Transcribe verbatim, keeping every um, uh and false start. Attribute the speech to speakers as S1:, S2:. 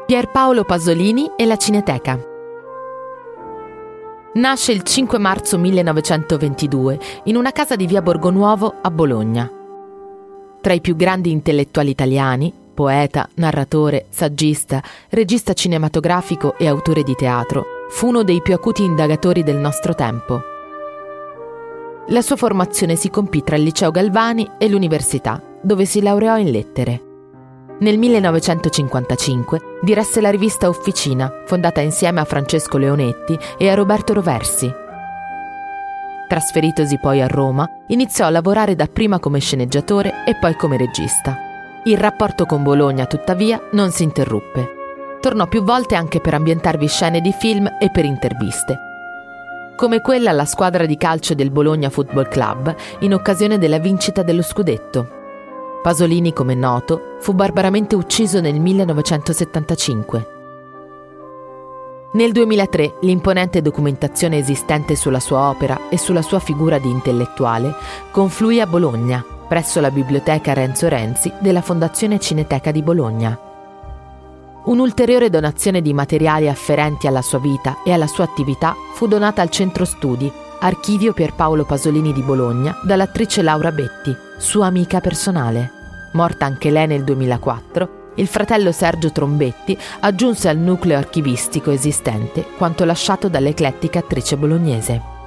S1: Pierpaolo Pasolini e la Cineteca. Nasce il cinque marzo millenovecentoventidue in una casa di via Borgonuovo a Bologna. Tra i più grandi intellettuali italiani, poeta, narratore, saggista, regista cinematografico e autore di teatro, fu uno dei più acuti indagatori del nostro tempo. La sua formazione si compì tra il Liceo Galvani e l'università, dove si laureò in lettere. Nel millenovecentocinquantacinque diresse la rivista Officina, fondata insieme a Francesco Leonetti e a Roberto Roversi. Trasferitosi poi a Roma, iniziò a lavorare dapprima come sceneggiatore e poi come regista. Il rapporto con Bologna, tuttavia, non si interruppe. Tornò più volte anche per ambientarvi scene di film e per interviste, come quella alla squadra di calcio del Bologna Football Club in occasione della vincita dello scudetto. Pasolini, come è noto, fu barbaramente ucciso nel millenovecentosettantacinque. Nel duemilatré l'imponente documentazione esistente sulla sua opera e sulla sua figura di intellettuale confluì a Bologna, presso la Biblioteca Renzo Renzi della Fondazione Cineteca di Bologna. Un'ulteriore donazione di materiali afferenti alla sua vita e alla sua attività fu donata al Centro Studi, Archivio Pierpaolo Pasolini di Bologna, dall'attrice Laura Betti, sua amica personale. Morta anche lei nel duemilaquattro, il fratello Sergio Trombetti aggiunse al nucleo archivistico esistente quanto lasciato dall'eclettica attrice bolognese.